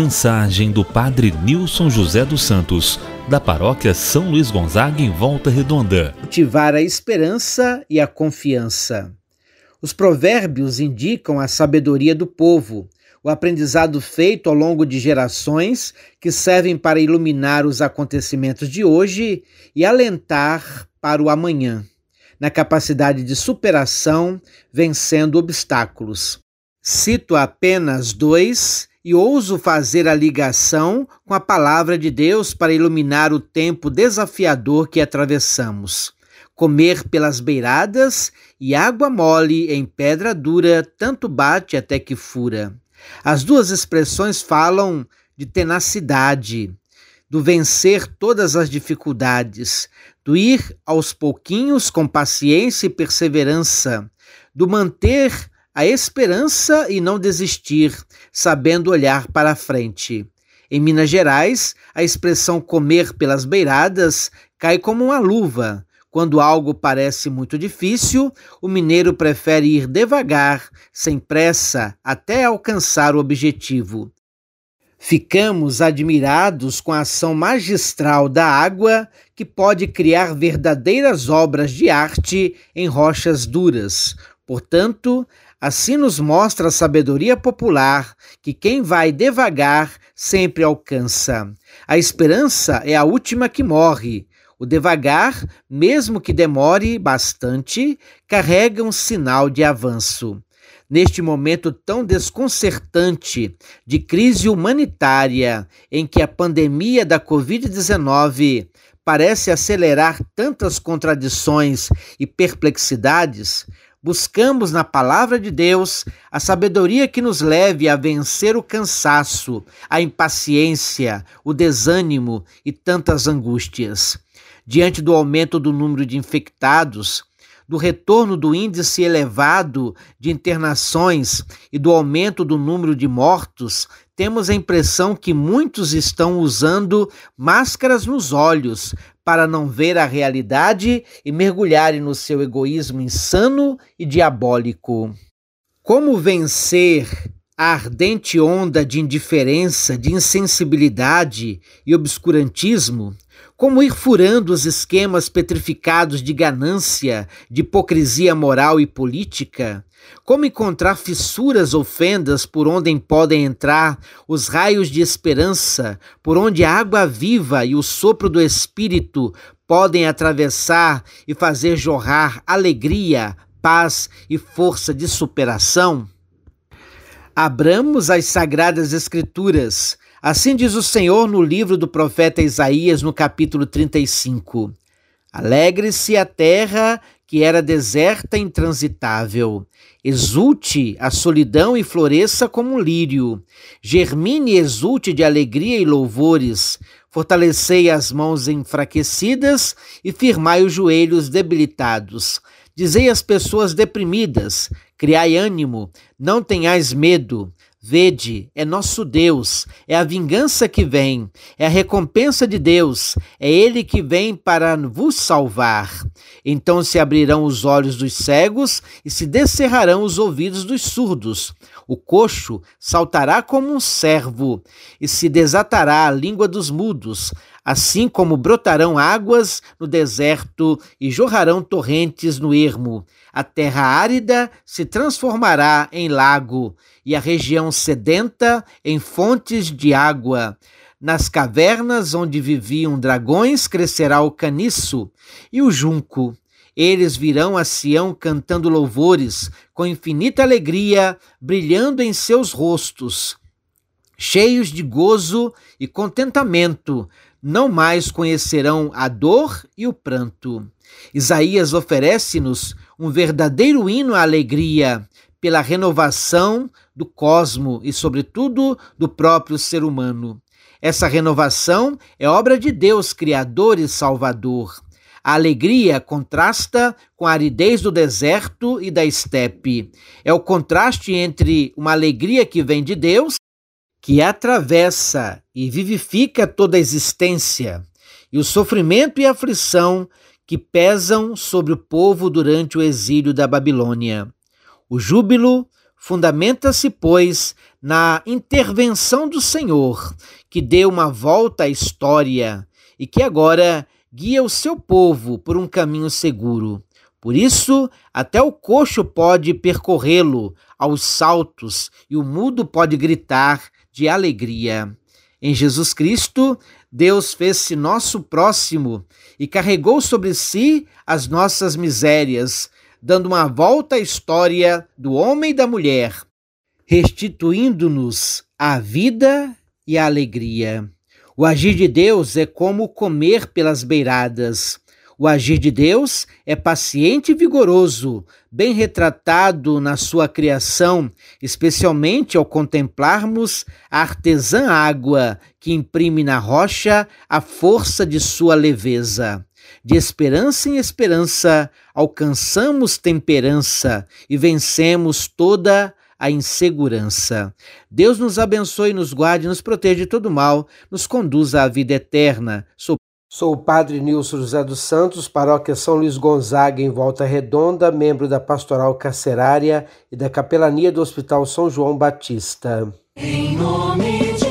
Mensagem do Padre Nilson José dos Santos, da Paróquia São Luís Gonzaga, em Volta Redonda. Cultivar a esperança e a confiança. Os provérbios indicam a sabedoria do povo, o aprendizado feito ao longo de gerações que servem para iluminar os acontecimentos de hoje e alentar para o amanhã, na capacidade de superação, vencendo obstáculos. Cito apenas dois e ouso fazer a ligação com a palavra de Deus para iluminar o tempo desafiador que atravessamos. Comer pelas beiradas e água mole em pedra dura, tanto bate até que fura. As duas expressões falam de tenacidade, do vencer todas as dificuldades, do ir aos pouquinhos com paciência e perseverança, do manter a esperança e não desistir, sabendo olhar para a frente. Em Minas Gerais, a expressão comer pelas beiradas cai como uma luva. Quando algo parece muito difícil, o mineiro prefere ir devagar, sem pressa, até alcançar o objetivo. Ficamos admirados com a ação magistral da água, que pode criar verdadeiras obras de arte em rochas duras. Portanto, assim nos mostra a sabedoria popular, que quem vai devagar sempre alcança. A esperança é a última que morre. O devagar, mesmo que demore bastante, carrega um sinal de avanço. Neste momento tão desconcertante de crise humanitária, em que a pandemia da Covid-19 parece acelerar tantas contradições e perplexidades, buscamos na palavra de Deus a sabedoria que nos leve a vencer o cansaço, a impaciência, o desânimo e tantas angústias. Diante do aumento do número de infectados, do retorno do índice elevado de internações e do aumento do número de mortos, temos a impressão que muitos estão usando máscaras nos olhos para não ver a realidade e mergulharem no seu egoísmo insano e diabólico. Como vencer a ardente onda de indiferença, de insensibilidade e obscurantismo? Como ir furando os esquemas petrificados de ganância, de hipocrisia moral e política? Como encontrar fissuras ou fendas por onde podem entrar os raios de esperança, por onde a água viva e o sopro do Espírito podem atravessar e fazer jorrar alegria, paz e força de superação? Abramos as Sagradas Escrituras. Assim diz o Senhor no livro do profeta Isaías, no capítulo 35. Alegre-se a terra que era deserta e intransitável. Exulte a solidão e floresça como um lírio. Germine e exulte de alegria e louvores. Fortalecei as mãos enfraquecidas e firmai os joelhos debilitados. Dizei às pessoas deprimidas: criai ânimo, não tenhais medo. Vede, é nosso Deus, é a vingança que vem, é a recompensa de Deus, é Ele que vem para vos salvar. Então se abrirão os olhos dos cegos e se descerrarão os ouvidos dos surdos. O coxo saltará como um cervo e se desatará a língua dos mudos, assim como brotarão águas no deserto e jorrarão torrentes no ermo. A terra árida se transformará em lago e a região sedenta em fontes de água. Nas cavernas onde viviam dragões crescerá o caniço e o junco. Eles virão a Sião cantando louvores, com infinita alegria, brilhando em seus rostos. Cheios de gozo e contentamento, não mais conhecerão a dor e o pranto. Isaías oferece-nos um verdadeiro hino à alegria, pela renovação do cosmo e, sobretudo, do próprio ser humano. Essa renovação é obra de Deus, Criador e Salvador. A alegria contrasta com a aridez do deserto e da estepe. É o contraste entre uma alegria que vem de Deus, que atravessa e vivifica toda a existência, e o sofrimento e a aflição que pesam sobre o povo durante o exílio da Babilônia. O júbilo fundamenta-se, pois, na intervenção do Senhor, que deu uma volta à história e que agora guia o seu povo por um caminho seguro. Por isso, até o coxo pode percorrê-lo aos saltos e o mudo pode gritar de alegria. Em Jesus Cristo, Deus fez-se nosso próximo e carregou sobre si as nossas misérias, dando uma volta à história do homem e da mulher, restituindo-nos a vida e a alegria. O agir de Deus é como comer pelas beiradas. O agir de Deus é paciente e vigoroso, bem retratado na sua criação, especialmente ao contemplarmos a artesã água que imprime na rocha a força de sua leveza. De esperança em esperança, alcançamos temperança e vencemos toda a insegurança. Deus nos abençoe, nos guarde, nos protege de todo mal, nos conduza à vida eterna. Sou o Padre Nilson José dos Santos, Paróquia São Luís Gonzaga, em Volta Redonda, membro da Pastoral Carcerária e da Capelania do Hospital São João Batista. Em nome de